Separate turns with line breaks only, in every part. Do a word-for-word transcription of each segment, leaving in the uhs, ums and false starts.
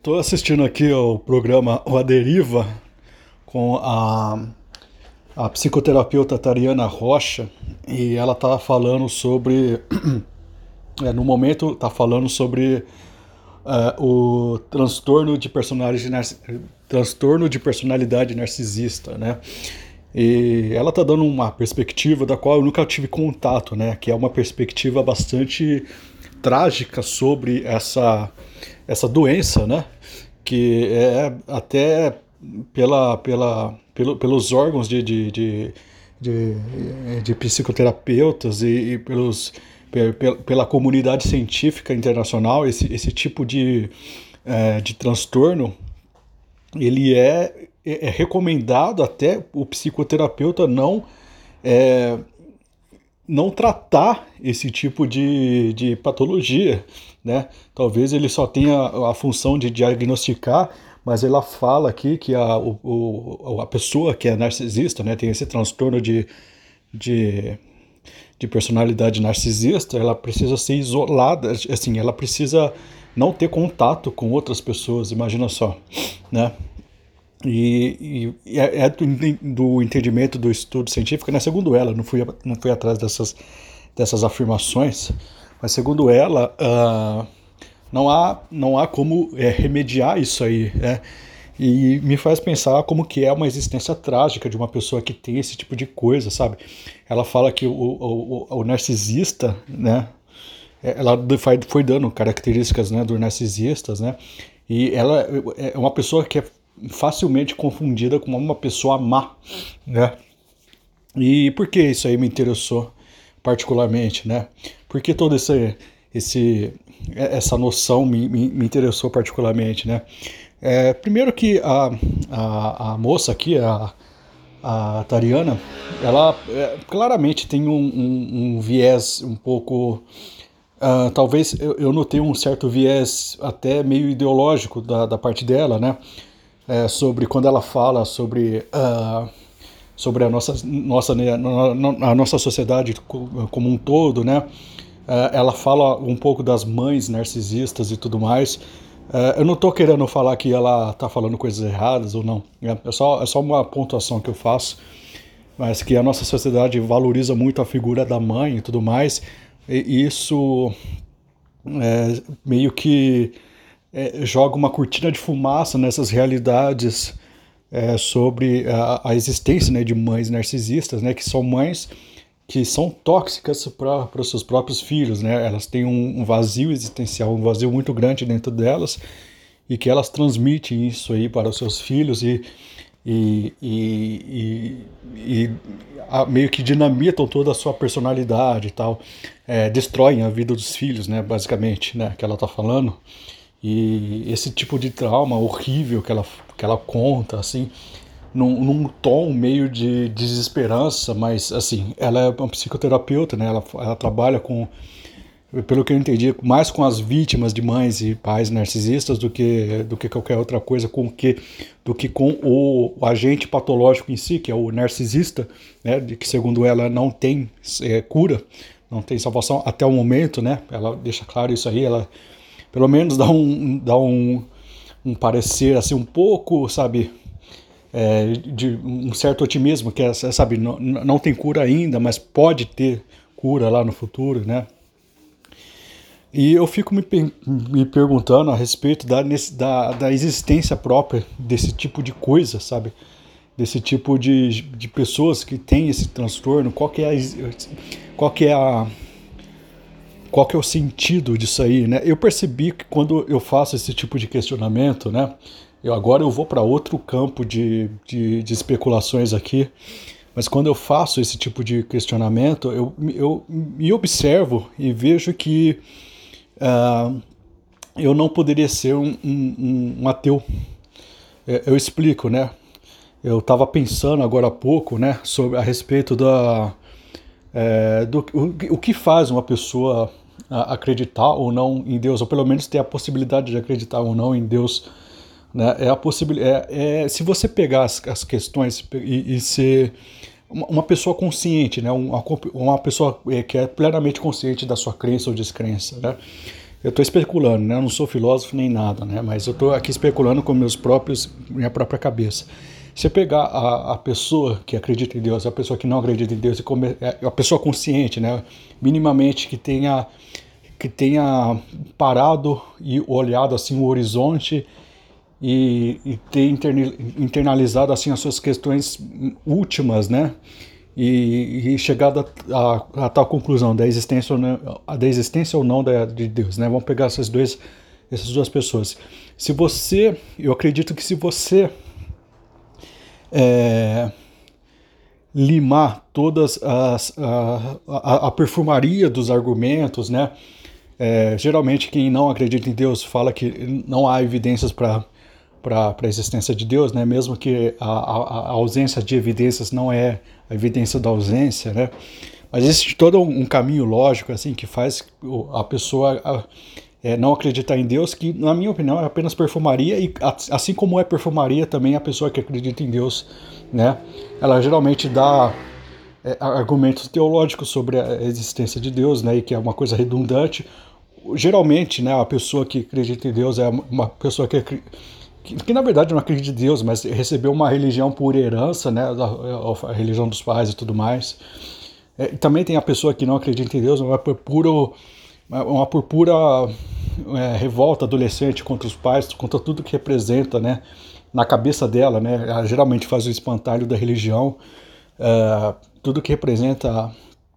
Estou assistindo aqui o programa O A Deriva com a, a psicoterapeuta Tariana Rocha e ela está falando sobre, é, no momento, está falando sobre é, o transtorno de personalidade, narci- transtorno de personalidade narcisista, né? E ela está dando uma perspectiva da qual eu nunca tive contato, né? Que é uma perspectiva bastante trágica sobre essa, essa doença, né? Que é até pela, pela, pelo, pelos órgãos de, de, de, de, de psicoterapeutas e, e pelos, pe- pela comunidade científica internacional, esse, esse tipo de, é, de transtorno, ele é, é recomendado até o psicoterapeuta não é, não tratar esse tipo de, de patologia, né? Talvez ele só tenha a função de diagnosticar, mas ela fala aqui que a, o, o- a pessoa que é narcisista, né, tem esse transtorno de, de, de personalidade narcisista, ela precisa ser isolada, assim, ela precisa não ter contato com outras pessoas, imagina só, né? E, e é, é do, do entendimento do estudo científico, né? Segundo ela, não fui, não fui atrás dessas, dessas afirmações, mas segundo ela, uh, não, há, não há como é, remediar isso aí, né? E me faz pensar como que é uma existência trágica de uma pessoa que tem esse tipo de coisa, sabe? Ela fala que o, o, o, o narcisista, né? Ela foi, foi dando características, né, dos narcisistas, né? E ela é uma pessoa que é facilmente confundida com uma pessoa má, né? E por que isso aí me interessou particularmente, né? Por que todo esse, esse essa noção me, me, me interessou particularmente, né? É, primeiro que a, a, a moça aqui, a, a Tariana, ela é, claramente tem um, um, um viés um pouco. Uh, talvez eu, eu notei um certo viés até meio ideológico da, da parte dela, né? É, sobre quando ela fala sobre, uh, sobre a nossa, nossa, né, a nossa sociedade como um todo, né? Uh, ela fala um pouco das mães narcisistas e tudo mais. Uh, eu não estou querendo falar que ela está falando coisas erradas ou não. Né? É, só, é só uma pontuação que eu faço, mas que a nossa sociedade valoriza muito a figura da mãe e tudo mais. E isso é, meio que é, joga uma cortina de fumaça nessas realidades é, sobre a, a existência, né, de mães narcisistas, né, que são mães que são tóxicas para os seus próprios filhos, né? Elas têm um, um vazio existencial, um vazio muito grande dentro delas e que elas transmitem isso aí para os seus filhos e, e, e, e, e a, meio que dinamitam toda a sua personalidade e tal, é, destroem a vida dos filhos, né, basicamente, né, que ela está falando. E esse tipo de trauma horrível que ela, que ela conta, assim, num, num tom meio de desesperança, mas, assim, ela é uma psicoterapeuta, né, ela, ela trabalha com, pelo que eu entendi, mais com as vítimas de mães e pais narcisistas do que, do que qualquer outra coisa, com que, do que com o, o agente patológico em si, que é o narcisista, né, de que segundo ela não tem é, cura, não tem salvação até o momento, né, ela deixa claro isso aí, ela pelo menos dá um, dá um, um parecer assim um pouco, sabe, é, de um certo otimismo, que é, sabe, não, não tem cura ainda, mas pode ter cura lá no futuro, né? E eu fico me, me perguntando a respeito da, da, da existência própria desse tipo de coisa, sabe? Desse tipo de, de pessoas que têm esse transtorno, qual que é a, qual que é a, qual que é o sentido disso aí, né? Eu percebi que quando eu faço esse tipo de questionamento, né? Eu, agora eu vou para outro campo de, de, de especulações aqui, mas quando eu faço esse tipo de questionamento, eu, eu me observo e vejo que uh, eu não poderia ser um, um, um ateu. Eu explico, né? Eu estava pensando agora há pouco, né, sobre a respeito da é, do o, o que faz uma pessoa acreditar ou não em Deus, ou pelo menos ter a possibilidade de acreditar ou não em Deus, né? É a possibilidade. É, é, se você pegar as, as questões e, e ser uma, uma pessoa consciente, né? Uma, uma pessoa que é plenamente consciente da sua crença ou descrença, né? eu estou especulando, né? Eu não sou filósofo nem nada, né? Mas eu estou aqui especulando com meus próprios, minha própria cabeça. Se pegar a, a pessoa que acredita em Deus, a pessoa que não acredita em Deus, e come, a pessoa consciente, né? Minimamente que tenha que tenha parado e olhado assim o horizonte e, e ter internalizado assim as suas questões últimas, né? E, e chegado a, a, a tal conclusão da existência ou não, da existência ou não da, de Deus, né? Vamos pegar essas, dois, essas duas pessoas. Se você, eu acredito que se você é, limar todas as a, a, a perfumaria dos argumentos, né? É, geralmente quem não acredita em Deus fala que não há evidências para para a existência de Deus, né? Mesmo que a, a, a ausência de evidências não é a evidência da ausência, né? Mas existe todo um, um caminho lógico assim que faz a pessoa a, é, não acreditar em Deus, que na minha opinião é apenas perfumaria, e assim como é perfumaria também a pessoa que acredita em Deus, né? Ela geralmente dá é, argumentos teológicos sobre a existência de Deus, né? E que é uma coisa redundante. Geralmente, né? A pessoa que acredita em Deus é uma pessoa que Que, que na verdade não acredita em Deus, mas recebeu uma religião por herança, né, a, a religião dos pais e tudo mais. É, também tem a pessoa que não acredita em Deus, uma por puro, uma por pura é, revolta adolescente contra os pais, contra tudo que representa, né, na cabeça dela, né. Ela geralmente faz o espantalho da religião, é, tudo que representa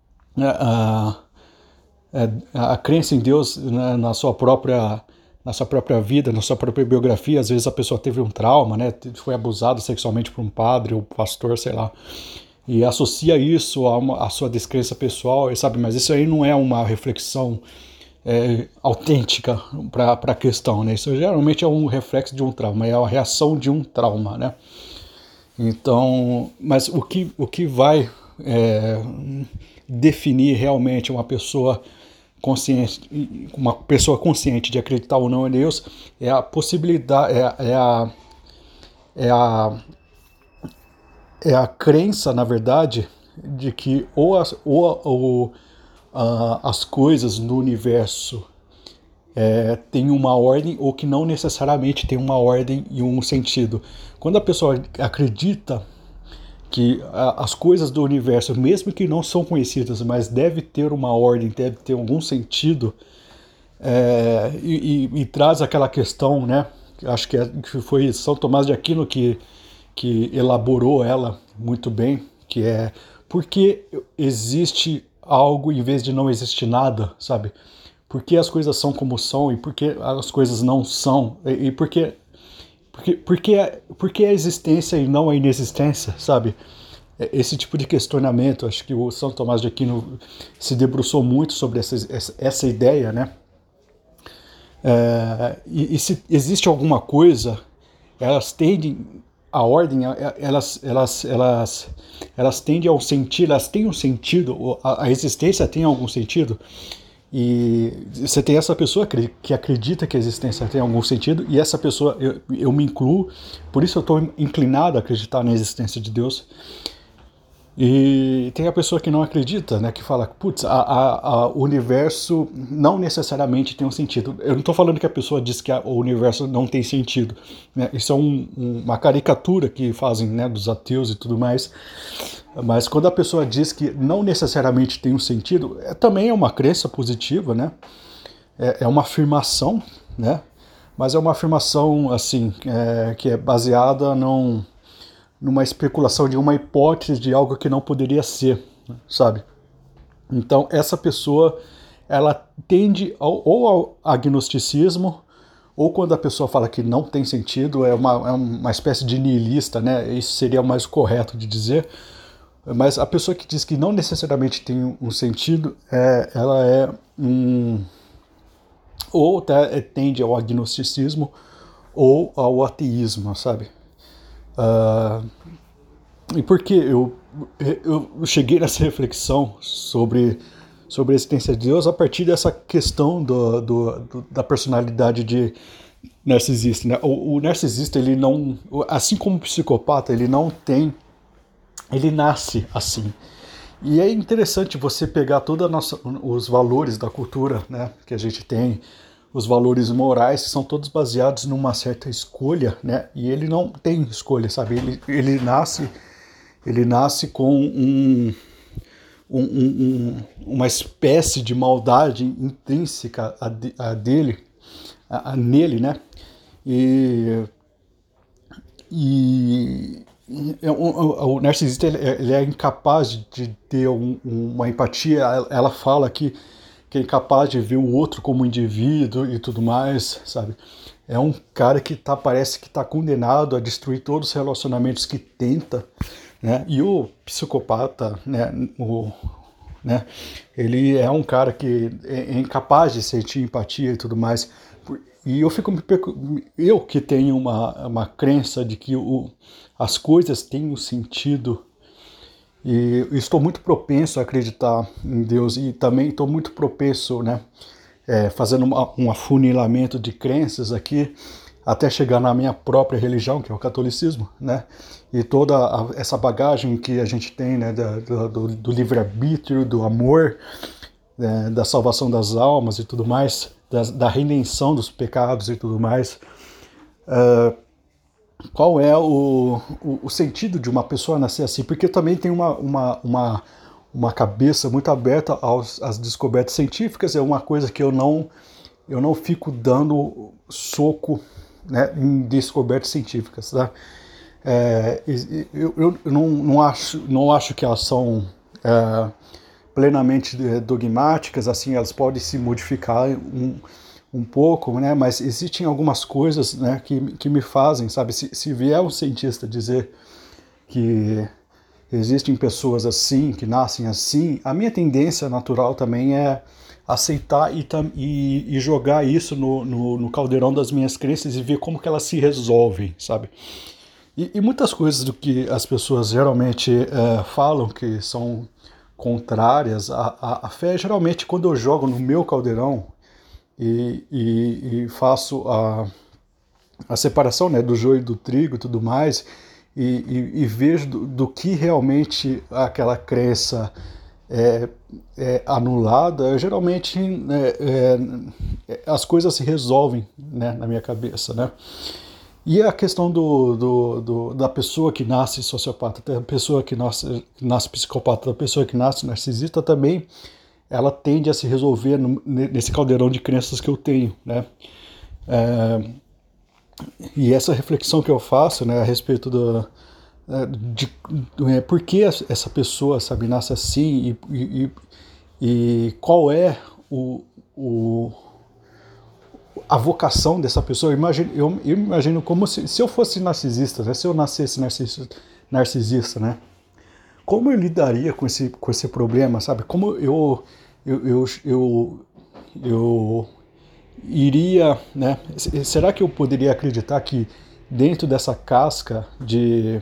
a, a, a crença em Deus, né, na sua própria na sua própria vida, na sua própria biografia. Às vezes a pessoa teve um trauma, né, foi abusada sexualmente por um padre ou pastor, sei lá, e associa isso a, uma, a sua descrença pessoal, sabe? Mas isso aí não é uma reflexão é, autêntica para a questão, né? Isso geralmente é um reflexo de um trauma, é a reação de um trauma, né? Então, mas o que, o que vai é, definir realmente uma pessoa consciente, uma pessoa consciente de acreditar ou não em Deus, é a possibilidade, é, é, a, é, a, é a crença, na verdade, de que ou as, ou, ou, uh, as coisas no universo é, têm uma ordem, ou que não necessariamente tem uma ordem e um sentido. Quando a pessoa acredita que as coisas do universo, mesmo que não são conhecidas, mas deve ter uma ordem, deve ter algum sentido, é, e, e, e traz aquela questão, né? Acho que, é, que foi São Tomás de Aquino que, que elaborou ela muito bem, que é por que existe algo em vez de não existir nada, sabe? Por que as coisas são como são e por que as coisas não são, e, e por que Porque, porque, porque a existência e não a inexistência, sabe? Esse tipo de questionamento, acho que o São Tomás de Aquino se debruçou muito sobre essa, essa, essa ideia, né? É, e, e se existe alguma coisa, elas tendem, a ordem, elas, elas, elas, elas tendem ao sentido, elas têm um sentido, a, a existência tem algum sentido. E você tem essa pessoa que acredita que a existência tem algum sentido, e essa pessoa, eu, eu me incluo, por isso eu estou inclinado a acreditar na existência de Deus. E tem a pessoa que não acredita, né, que fala, putz, a, a, a, o universo não necessariamente tem um sentido. Eu não estou falando que a pessoa diz que a, o universo não tem sentido, né? Isso é um, um, uma caricatura que fazem, né, dos ateus e tudo mais. Mas quando a pessoa diz que não necessariamente tem um sentido, é, também é uma crença positiva, né? É, é uma afirmação, né? Mas é uma afirmação assim é, que é baseada num numa especulação de uma hipótese de algo que não poderia ser, sabe? Então, essa pessoa, ela tende ao, ou ao agnosticismo, ou quando a pessoa fala que não tem sentido, é uma, é uma espécie de nihilista, né? Isso seria o mais correto de dizer. Mas a pessoa que diz que não necessariamente tem um sentido, é, ela é um... ou até tende ao agnosticismo ou ao ateísmo, sabe? Uh, e por que eu, eu cheguei nessa reflexão sobre, sobre a existência de Deus a partir dessa questão do, do, do, da personalidade de narcisista, né? O, o narcisista, ele não, assim como o psicopata, ele não tem, ele nasce assim. E é interessante você pegar todos os valores da cultura, né, que a gente tem, os valores morais, que são todos baseados numa certa escolha, né? E ele não tem escolha, sabe? Ele, ele nasce, ele nasce com um, um, um, uma espécie de maldade intrínseca a, de, a dele, a, a nele, né? E, e o, o, o narcisista ele é, ele é incapaz de, de ter um, uma empatia. Ela fala que que é incapaz de ver o outro como indivíduo e tudo mais, sabe? É um cara que tá, parece que está condenado a destruir todos os relacionamentos que tenta, né? E o psicopata, né? O, né? Ele é um cara que é incapaz de sentir empatia e tudo mais. E eu fico eu que tenho uma, uma crença de que o, as coisas têm um sentido. E estou muito propenso a acreditar em Deus e também estou muito propenso, né, é, fazendo uma, um afunilamento de crenças aqui, até chegar na minha própria religião, que é o catolicismo, né, e toda a, essa bagagem que a gente tem, né, da, do, do livre-arbítrio, do amor, né, da salvação das almas e tudo mais, da, da redenção dos pecados e tudo mais. Uh, Qual é o, o, o sentido de uma pessoa nascer assim? Porque também tem uma, uma, uma, uma cabeça muito aberta aos, às descobertas científicas, é uma coisa que eu não, eu não fico dando soco, né, em descobertas científicas. Tá? É, eu eu não, não, acho, não acho que elas são é, plenamente dogmáticas, assim, elas podem se modificar um, um pouco, né? Mas existem algumas coisas, né, que, que me fazem, sabe? Se, se vier um cientista dizer que existem pessoas assim, que nascem assim, a minha tendência natural também é aceitar e, e, e jogar isso no, no, no caldeirão das minhas crenças e ver como que elas se resolvem, sabe? E, e muitas coisas do que as pessoas geralmente é, falam que são contrárias à, à, à fé, geralmente quando eu jogo no meu caldeirão, E, e, e faço a, a separação, né, do joio e do trigo e tudo mais, e, e, e vejo do, do que realmente aquela crença é, é anulada, geralmente é, é, as coisas se resolvem, né, na minha cabeça, né? E a questão do, do, do, da pessoa que nasce sociopata, da pessoa que nasce, que nasce psicopata, da pessoa que nasce narcisista também, ela tende a se resolver no, nesse caldeirão de crenças que eu tenho, né? É, e essa reflexão que eu faço, né, a respeito do, de, de é, por que essa pessoa, sabe, nasce assim e, e, e qual é o, o, a vocação dessa pessoa. Eu imagino, eu, eu imagino como se, se eu fosse narcisista, né, se eu nascesse narcisista, narcisista, né? Como eu lidaria com esse, com esse problema, sabe? Como eu, eu, eu, eu, eu iria, né? Será que eu poderia acreditar que dentro dessa casca de,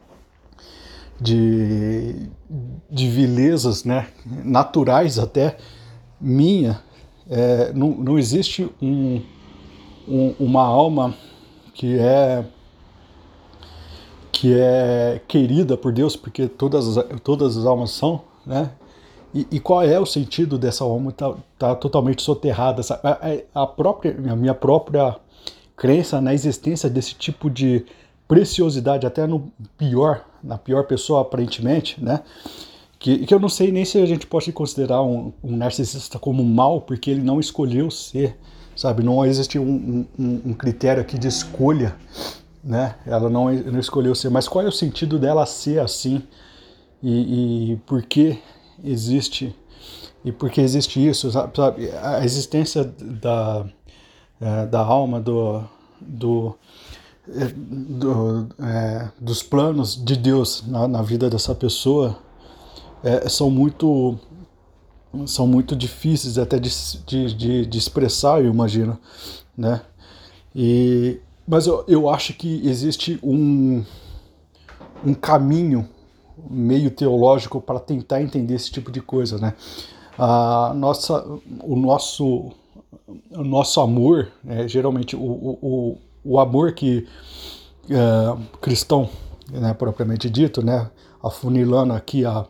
de, de vilezas, né, naturais até, minha, é, não, não existe um, um, uma alma que é que é querida por Deus, porque todas, todas as almas são, né? E, e qual é o sentido dessa alma estar tá, tá totalmente soterrada? A, a, própria, a minha própria crença na existência desse tipo de preciosidade, até no pior, na pior pessoa aparentemente, né? Que, que eu não sei nem se a gente pode considerar um, um narcisista como mal, porque ele não escolheu ser, sabe? Não existe um, um, um critério aqui de escolha, né? Ela não, não escolheu ser, mas qual é o sentido dela ser assim e, e por que existe e por que existe isso, sabe? A existência da, da alma, do, do, do é, dos planos de Deus na, na vida dessa pessoa é, são muito são muito difíceis até de, de, de, de expressar, eu imagino, né? E mas eu, eu acho que existe um, um caminho meio teológico para tentar entender esse tipo de coisa, né? A nossa, o, nosso, o nosso amor, né, geralmente o, o, o amor que é, cristão, né, propriamente dito, né, afunilando aqui a,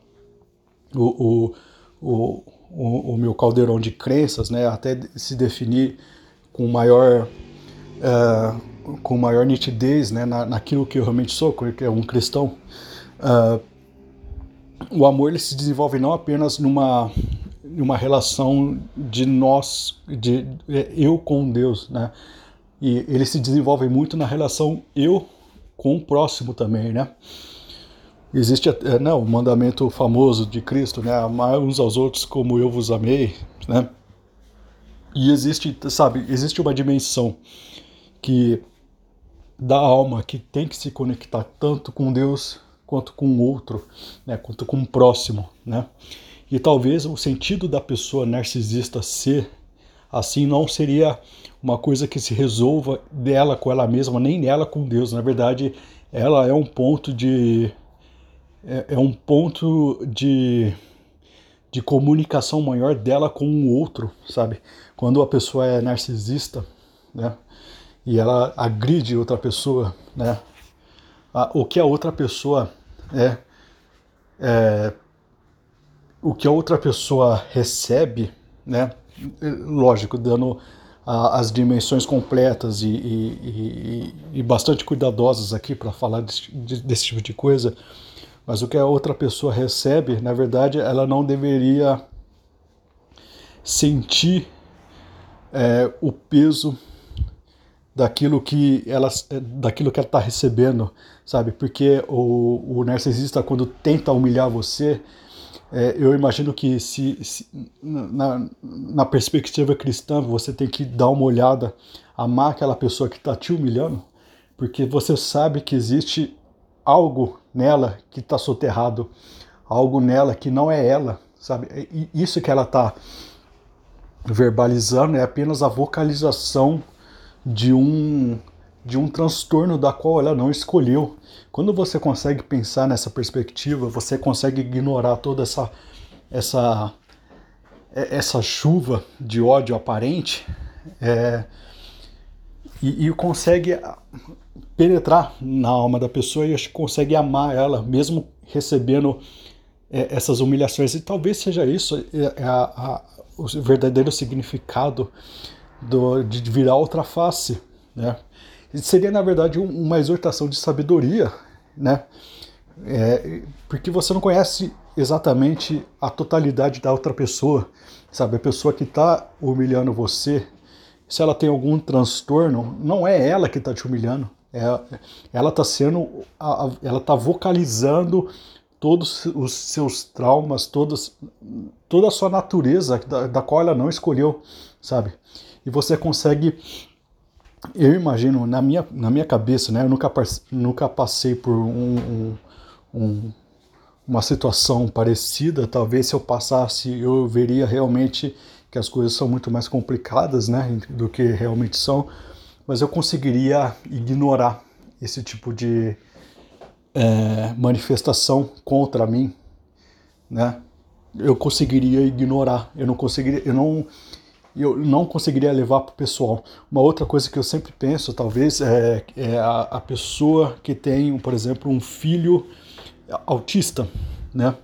o, o, o, o meu caldeirão de crenças, né, até se definir com maior, é, com maior nitidez, né, na, naquilo que eu realmente sou, que é um cristão. Uh, o amor ele se desenvolve não apenas numa, numa relação de nós, de, de eu com Deus, né? E ele se desenvolve muito na relação eu com o próximo também, né? Existe é, né, o mandamento famoso de Cristo, né? Amar uns aos outros como eu vos amei, né? E existe, sabe, existe uma dimensão que da alma que tem que se conectar tanto com Deus quanto com o outro, né, quanto com o próximo, né? E talvez o sentido da pessoa narcisista ser assim não seria uma coisa que se resolva dela com ela mesma, nem nela com Deus. Na verdade, ela é um ponto de é, é um ponto de de comunicação maior dela com o outro, sabe? Quando a pessoa é narcisista, né? E ela agride outra pessoa, né? O que a outra pessoa é, é o que a outra pessoa recebe, né? Lógico, dando a, as dimensões completas e, e, e, e bastante cuidadosas aqui para falar desse, desse tipo de coisa, mas o que a outra pessoa recebe, na verdade, ela não deveria sentir é, o peso daquilo que ela daquilo que ela está recebendo, sabe? Porque o, o narcisista, quando tenta humilhar você, é, eu imagino que se, se na, na perspectiva cristã você tem que dar uma olhada, amar aquela pessoa que está te humilhando, porque você sabe que existe algo nela que está soterrado, algo nela que não é ela, sabe? E isso que ela está verbalizando é apenas a vocalização de um, de um transtorno da qual ela não escolheu. Quando você consegue pensar nessa perspectiva, você consegue ignorar toda essa, essa, essa chuva de ódio aparente é, e, e consegue penetrar na alma da pessoa e consegue amar ela, mesmo recebendo é, essas humilhações. E talvez seja isso é, a, a, o verdadeiro significado do, de virar outra face, né? Seria, na verdade, um, uma exortação de sabedoria, né? É, porque você não conhece exatamente a totalidade da outra pessoa, sabe? A pessoa que está humilhando você, se ela tem algum transtorno, não é ela que está te humilhando, é, ela está sendo, ela está vocalizando todos os seus traumas, todos, toda a sua natureza, da, da qual ela não escolheu, sabe? E você consegue, eu imagino, na minha, na minha cabeça, né? Eu nunca, nunca passei por um, um, um, uma situação parecida. Talvez se eu passasse, eu veria realmente que as coisas são muito mais complicadas, né? Do que realmente são. Mas eu conseguiria ignorar esse tipo de é, manifestação contra mim, né? Eu conseguiria ignorar. Eu não conseguiria, eu não eu não conseguiria levar para o pessoal. Uma outra coisa que eu sempre penso, talvez, é, é a, a pessoa que tem, por exemplo, um filho autista, né?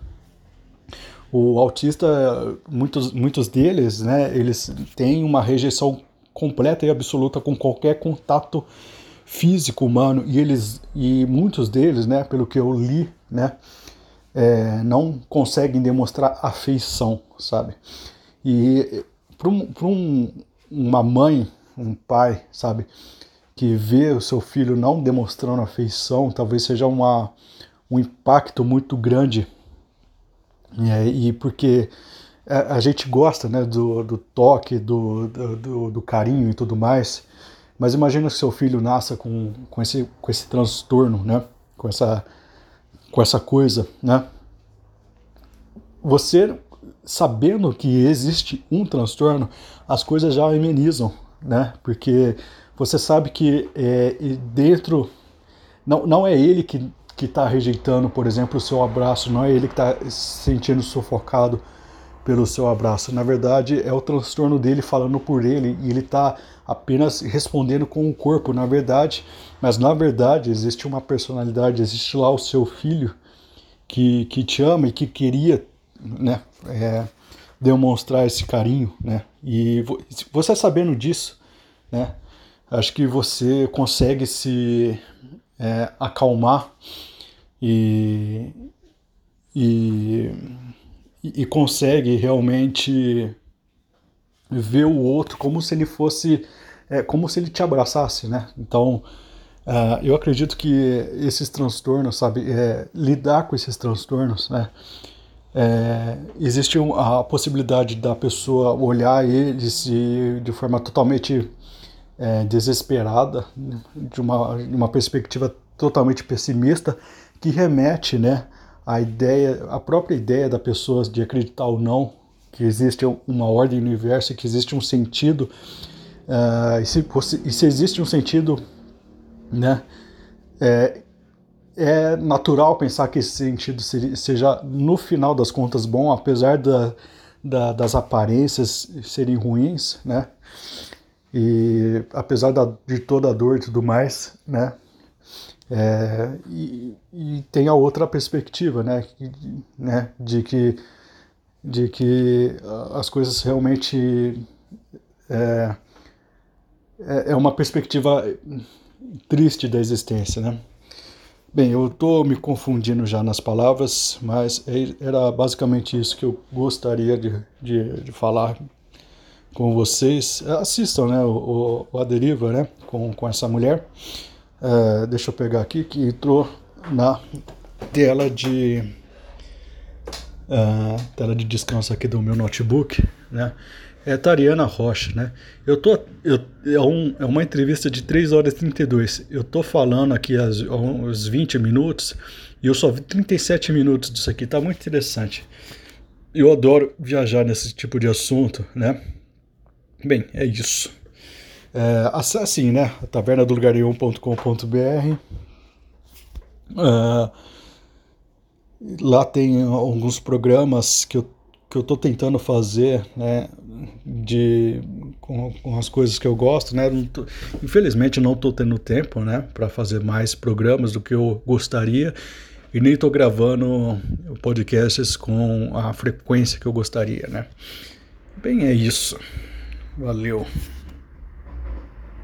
O autista, muitos, muitos deles, né, eles têm uma rejeição completa e absoluta com qualquer contato físico humano, e eles, e muitos deles, né, pelo que eu li, né, é, não conseguem demonstrar afeição, sabe? E para um, um, uma mãe, um pai, sabe, que vê o seu filho não demonstrando afeição, talvez seja uma, um impacto muito grande. É, e porque a, a gente gosta, né, do, do toque, do, do, do carinho e tudo mais, mas imagina que seu filho nasça com, com, esse, com esse transtorno, né, com essa, com essa coisa, né? Você, sabendo que existe um transtorno, as coisas já amenizam, né? Porque você sabe que é, dentro, não, não é ele que que está rejeitando, por exemplo, o seu abraço, não é ele que está se sentindo sufocado pelo seu abraço. Na verdade, é o transtorno dele falando por ele, e ele está apenas respondendo com o corpo, na verdade. Mas, na verdade, existe uma personalidade, existe lá o seu filho que, que te ama e que queria, né, é, demonstrar esse carinho, né? E você sabendo disso, né? Acho que você consegue se é, acalmar e, e, e consegue realmente ver o outro como se ele fosse, é, como se ele te abraçasse, né? Então, uh, eu acredito que esses transtornos, sabe, é, lidar com esses transtornos, né? É, existe um, a possibilidade da pessoa olhar eles e, de forma totalmente é, desesperada, né, de uma, de uma perspectiva totalmente pessimista, que remete, né, à ideia, à própria ideia da pessoa de acreditar ou não que existe uma ordem no universo, que existe um sentido, uh, e, se, e se existe um sentido, né, é, é natural pensar que esse sentido seja, no final das contas, bom, apesar da, da, das aparências serem ruins, né? E apesar da, de toda a dor e tudo mais, né? É, e, e tem a outra perspectiva, né? né? De que de que as coisas realmente é, é uma perspectiva triste da existência, né? Bem, eu estou me confundindo já nas palavras, mas era basicamente isso que eu gostaria de, de, de falar com vocês. Assistam, né, o, o A Deriva, né, com, com essa mulher. É, deixa eu pegar aqui, que entrou na tela de uh, tela de descanso aqui do meu notebook, né? É Tariana Rocha, né? Eu tô, eu, é, um, é uma entrevista de três horas e trinta e dois. Eu tô falando aqui há uns vinte minutos e eu só vi trinta e sete minutos disso aqui. Tá muito interessante. Eu adoro viajar nesse tipo de assunto, né? Bem, é isso. É, assim, né? taverna do lugario ponto com ponto b r. Uh, lá tem alguns programas que eu que eu estou tentando fazer, né, de, com, com as coisas que eu gosto, né, não tô, infelizmente não estou tendo tempo, né, para fazer mais programas do que eu gostaria e nem estou gravando podcasts com a frequência que eu gostaria, né. Bem, é isso. Valeu.